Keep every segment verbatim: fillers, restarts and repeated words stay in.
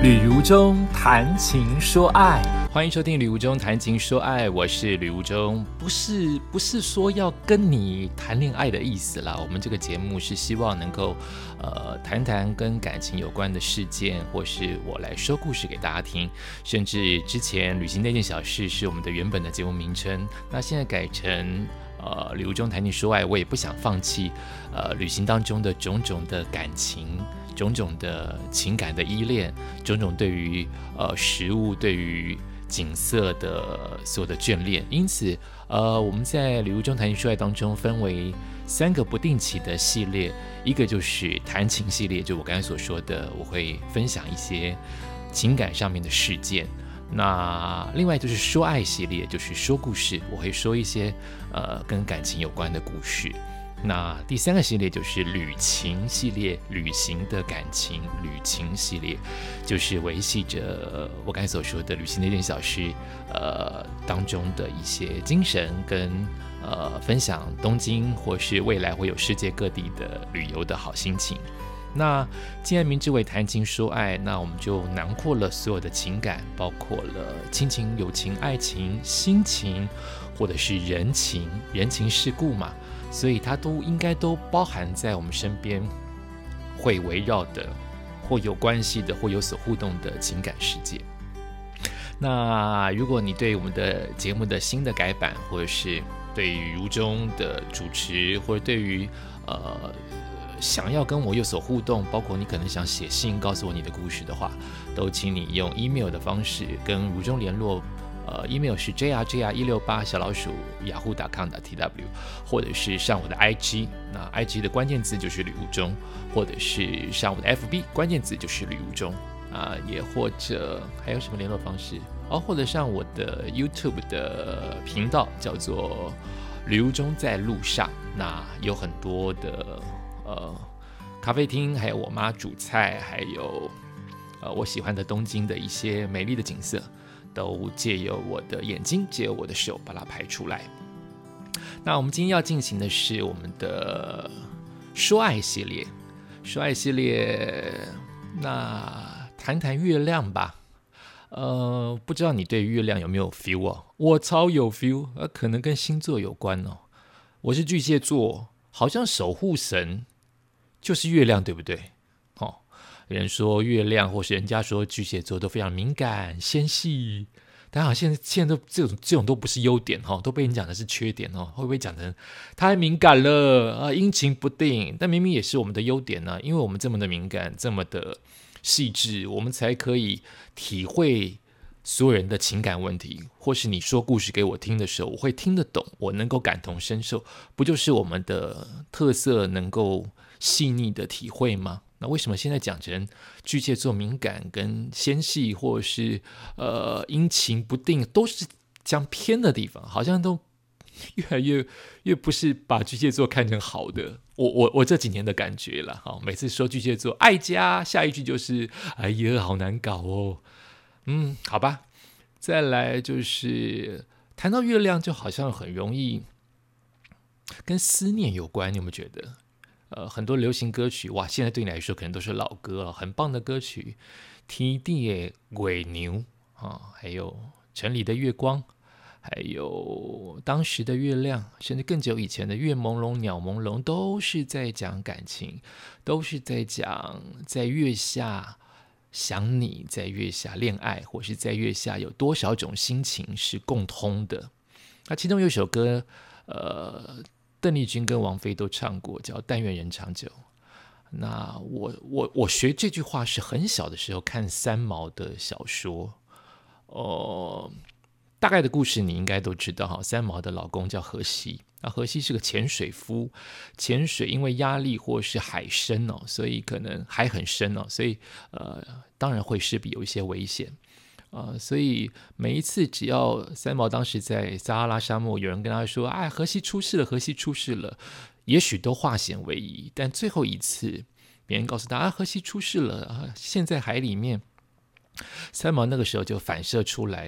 旅如中谈情说爱，欢迎收听旅如中谈情说爱，我是旅如中。不是不是说要跟你谈恋爱的意思啦，我们这个节目是希望能够呃谈谈跟感情有关的事件，或是我来说故事给大家听，甚至之前旅行那件小事是我们的原本的节目名称，那现在改成呃旅如中谈情说爱，我也不想放弃呃旅行当中的种种的感情，种种的情感的依恋，种种对于呃食物、对于景色的所有的眷恋。因此，呃，我们在旅如中谈情说爱当中分为三个不定期的系列，一个就是谈情系列，就我刚才所说的，我会分享一些情感上面的事件。那另外就是说爱系列，就是说故事，我会说一些呃跟感情有关的故事。那第三个系列就是旅情系列，旅行的感情旅情系列，就是维系着我刚才所说的旅行那件小事呃当中的一些精神，跟呃分享东京或是未来会有世界各地的旅游的好心情。那既然名之为谈情说爱，那我们就囊括了所有的情感，包括了亲情、友情、爱情、亲情，或者是人情、人情世故嘛，所以它都应该都包含在我们身边，会围绕的，或有关系的，或有所互动的情感世界。那如果你对我们的节目的新的改版，或者是对于如中的主持，或者对于呃想要跟我有所互动，包括你可能想写信告诉我你的故事的话，都请你用 email 的方式跟如中联络。呃 ，email 是 j r j r 一六八 小老鼠 yahoo 点 com 点 t w， 或者是上我的 I G， 那 I G 的关键字就是旅如中，或者是上我的 F B 关键字就是旅如中啊，也或者还有什么联络方式哦，或者上我的 YouTube 的频道叫做旅如中在路上，那有很多的呃咖啡厅，还有我妈煮菜，还有呃我喜欢的东京的一些美丽的景色。都借由我的眼睛，借由我的手把它拍出来。那我们今天要进行的是我们的说爱系列，说爱系列，那谈谈月亮吧。呃，不知道你对月亮有没有 feel 哦？我超有 feel，呃，可能跟星座有关哦。我是巨蟹座，好像守护神就是月亮，对不对？哦。人说月亮，或是人家说巨蟹座都非常敏感纤细，但好像现在都这种这种都不是优点哈，都被人讲的是缺点哦，会不会讲成太敏感了啊，阴晴不定？但明明也是我们的优点呢、啊，因为我们这么的敏感，这么的细致，我们才可以体会所有人的情感问题，或是你说故事给我听的时候，我会听得懂，我能够感同身受，不就是我们的特色，能够细腻的体会吗？那为什么现在讲成巨蟹座敏感跟纤细，或者是呃阴晴不定，都是讲偏的地方，好像都越来越越不是把巨蟹座看成好的。我我我这几年的感觉了哈，每次说巨蟹座爱家，下一句就是哎呀好难搞哦。嗯，好吧，再来就是谈到月亮，就好像很容易跟思念有关，你有没有觉得？呃，很多流行歌曲，哇，现在对你来说可能都是老歌了，很棒的歌曲，天地的鬼牛啊，还有城里的月光，还有当时的月亮，甚至更久以前的月朦胧、鸟朦胧，都是在讲感情，都是在讲在月下想你，在月下恋爱，或是在月下有多少种心情是共通的。那其中有一首歌，呃。邓丽君跟王菲都唱过，叫《但愿人长久》。那我我我学这句话是很小的时候看三毛的小说，哦、呃，大概的故事你应该都知道哈。三毛的老公叫荷西，那荷西是个潜水夫，潜水因为压力或是海深哦，所以可能海很深哦，所以呃，当然会势必有一些危险。呃，所以每一次只要三毛当时在撒哈拉沙漠，有人跟他说：“哎，荷西出事了，荷西出事了。”也许都化险为夷，但最后一次，别人告诉他：“啊，荷西出事了，啊，陷在海里面。”三毛那个时候就反射出来，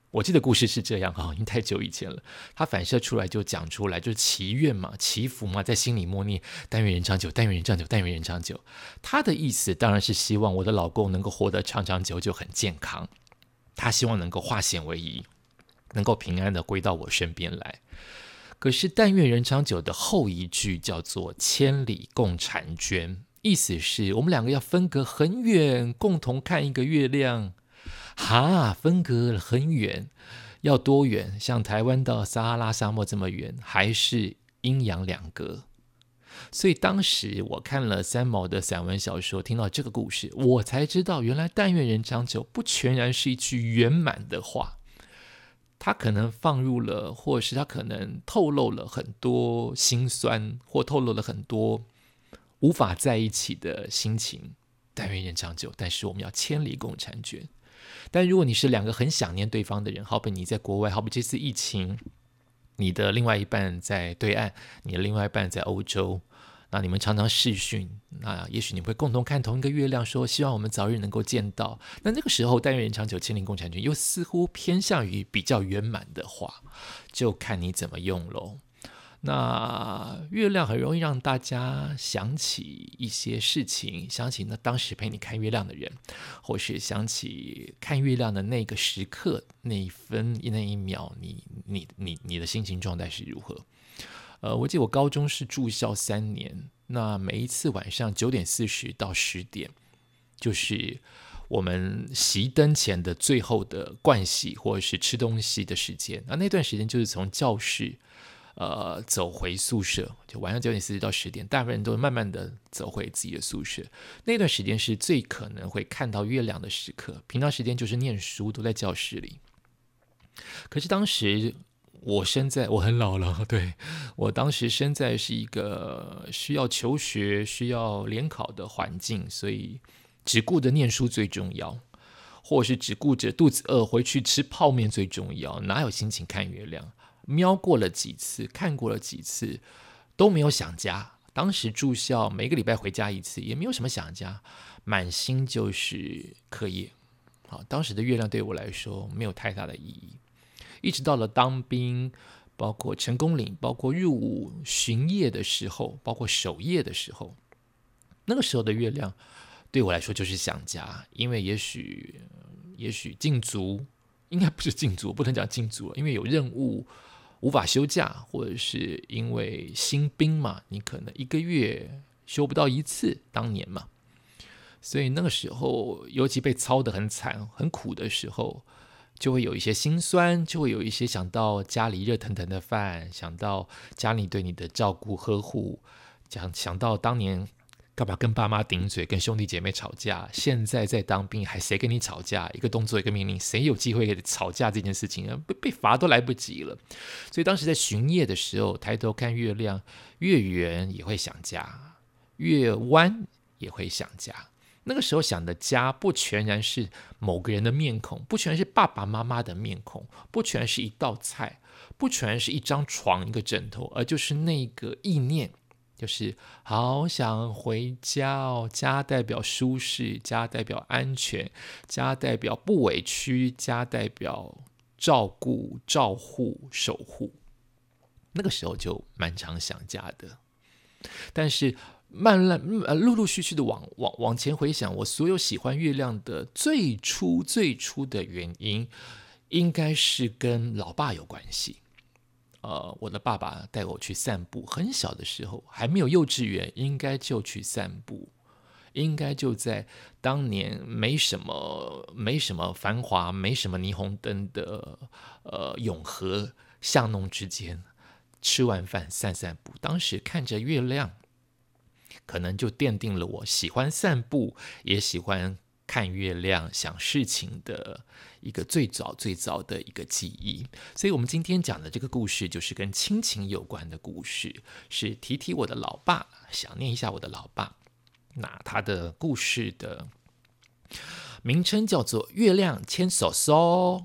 我记得故事是这样哈，已经太久以前了。他反射出来就讲出来，就是祈愿嘛，祈福嘛，在心里默念但愿人长久，但愿人长久，但愿人长久。他的意思当然是希望我的老公能够活得长长久久，很健康。他希望能够化险为夷，能够平安的归到我身边来。可是但愿人长久的后一句叫做千里共婵娟，意思是我们两个要分隔很远，共同看一个月亮。哈，分隔很远，要多远？像台湾到撒哈拉沙漠这么远，还是阴阳两隔？所以当时我看了三毛的散文小说，听到这个故事，我才知道原来但愿人长久不全然是一句圆满的话，他可能放入了，或是他可能透露了很多心酸，或透露了很多无法在一起的心情。但愿人长久，但是我们要千里共婵娟。但如果你是两个很想念对方的人，好比你在国外，好比这次疫情，你的另外一半在对岸，你的另外一半在欧洲，那你们常常视讯，那也许你会共同看同一个月亮，说希望我们早日能够见到。那那个时候但愿人长久，千里共婵娟又似乎偏向于比较圆满的话，就看你怎么用咯。那月亮很容易让大家想起一些事情，想起那当时陪你看月亮的人，或是想起看月亮的那个时刻，那一分那一秒，你你你你的心情状态是如何？呃，我记得我高中是住校三年，那每一次晚上九点四十到十点，就是我们熄灯前的最后的盥洗或者是吃东西的时间。那那段时间就是从教室呃，走回宿舍，就晚上九点四十到十点，大部分人都慢慢的走回自己的宿舍。那段时间是最可能会看到月亮的时刻，平常时间就是念书，都在教室里。可是当时我身在，我很老了，对，我当时身在是一个需要求学、需要联考的环境，所以只顾着念书最重要，或是只顾着肚子饿回去吃泡面最重要，哪有心情看月亮？瞄过了几次，看过了几次，都没有想家。当时住校，每个礼拜回家一次，也没有什么想家，满心就是课业。好，当时的月亮对我来说没有太大的意义。一直到了当兵，包括成功岭，包括入伍巡夜的时候，包括守夜的时候，那个时候的月亮对我来说就是想家，因为也许也许禁足，应该不是禁足，不能讲禁足，因为有任务无法休假，或者是因为新兵嘛，你可能一个月休不到一次，当年嘛，所以那个时候尤其被操得很惨很苦的时候，就会有一些心酸，就会有一些想到家里热腾腾的饭，想到家里对你的照顾呵护，想想到当年干嘛跟爸妈顶嘴，跟兄弟姐妹吵架，现在在当兵还谁跟你吵架，一个动作一个命令，谁有机会吵架这件事情 被, 被罚都来不及了。所以当时在巡夜的时候，抬头看月亮，越圆也会想家，越弯也会想家。那个时候想的家不全然是某个人的面孔，不全然是爸爸妈妈的面孔，不全然是一道菜，不全然是一张床一个枕头，而就是那个意念，就是好想回家哦，家代表舒适，家代表安全，家代表不委屈，家代表照顾、照护、守护。那个时候就蛮常想家的，但是慢慢陆陆续续的往往往前回想，我所有喜欢月亮的最初最初的原因，应该是跟老爸有关系。呃，我的爸爸带我去散步，很小的时候还没有幼稚园，应该就去散步，应该就在当年没什么没什么繁华，没什么霓虹灯的呃永和巷弄之间，吃完饭散散步，当时看着月亮，可能就奠定了我喜欢散步，也喜欢看月亮想事情的一个最早最早的一个记忆。所以我们今天讲的这个故事就是跟亲情有关的故事，是提提我的老爸，想念一下我的老爸。那他的故事的名称叫做月亮牵手手。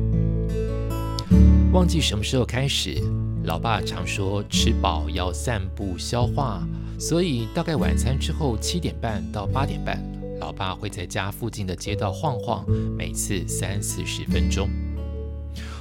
忘记什么时候开始，老爸常说吃饱要散步消化，所以大概晚餐之后七点半到八点半，老爸会在家附近的街道晃晃，每次三四十分钟。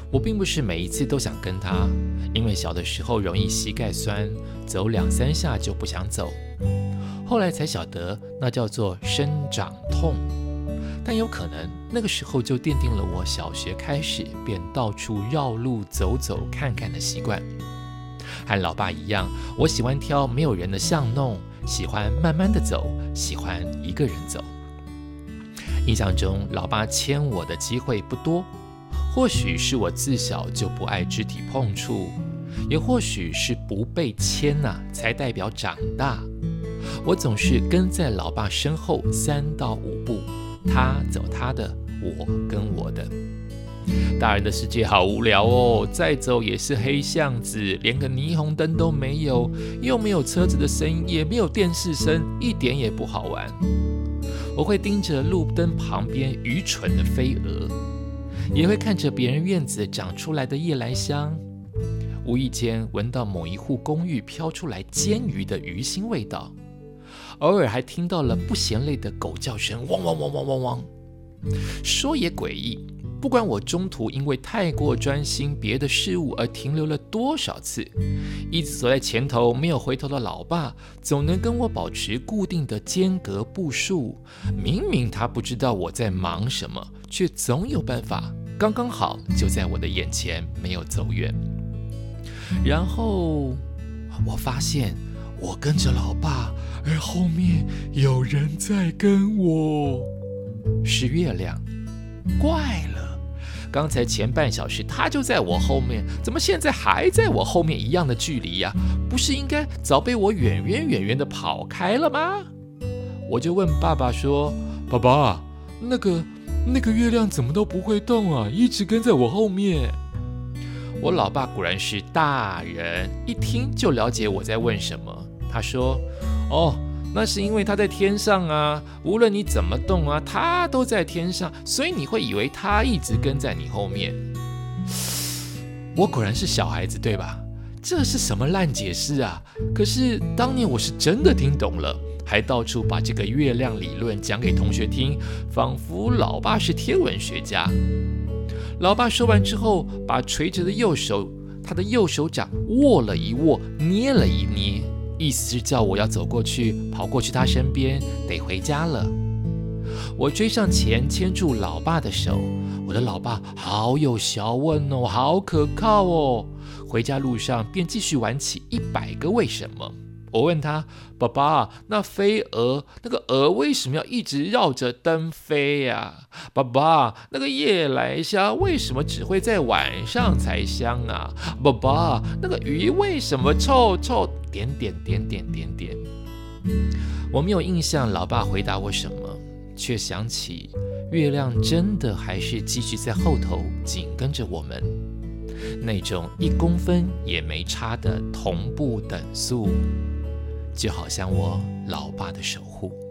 我并不是每一次都想跟他，因为小的时候容易膝盖酸，走两三下就不想走。后来才晓得那叫做生长痛，但有可能那个时候就奠定了我小学开始便到处绕路走走看看的习惯。和老爸一样，我喜欢挑没有人的巷弄，喜欢慢慢的走，喜欢一个人走。印象中老爸牵我的机会不多，或许是我自小就不爱肢体碰触，也或许是不被牵啊，才代表长大。我总是跟在老爸身后三到五步，他走他的，我跟我的。大人的世界好无聊哦，再走也是黑巷子，连个霓虹灯都没有，又没有车子的声音，也没有电视声，一点也不好玩。我会盯着路灯旁边愚蠢的飞蛾，也会看着别人院子长出来的夜来香，无意间闻到某一户公寓飘出来煎鱼的鱼腥味道，偶尔还听到了不嫌累的狗叫声，汪汪汪汪汪汪。说也诡异，不管我中途因为太过专心别的事物而停留了多少次，一直走在前头没有回头的老爸总能跟我保持固定的间隔步数。明明他不知道我在忙什么，却总有办法刚刚好就在我的眼前，没有走远。然后我发现我跟着老爸，而后面有人在跟我，是月亮。怪了，刚才前半小时他就在我后面，怎么现在还在我后面一样的距离呀？不是应该早被我远远远远的跑开了吗？我就问爸爸说，爸爸，那个那个月亮怎么都不会动啊，一直跟在我后面。我老爸果然是大人，一听就了解我在问什么。他说，哦，那是因为他在天上啊，无论你怎么动啊，他都在天上，所以你会以为他一直跟在你后面。我果然是小孩子，对吧？这是什么烂解释啊？可是当年我是真的听懂了，还到处把这个月亮理论讲给同学听，仿佛老爸是天文学家。老爸说完之后，把垂着的右手，他的右手掌握了一握，捏了一捏，意思是叫我要走过去，跑过去他身边，得回家了。我追上前，牵住老爸的手，我的老爸好有学问哦，好可靠哦。回家路上便继续玩起一百个为什么。我问他，爸爸，那飞蛾，那个蛾为什么要一直绕着灯飞呀？爸爸，那个夜来香为什么只会在晚上才香啊？爸爸，那个鱼为什么臭臭？点点点点点点。我没有印象老爸回答我什么，却想起月亮真的还是继续在后头紧跟着我们，那种一公分也没差的同步等速，就好像我老爸的守护。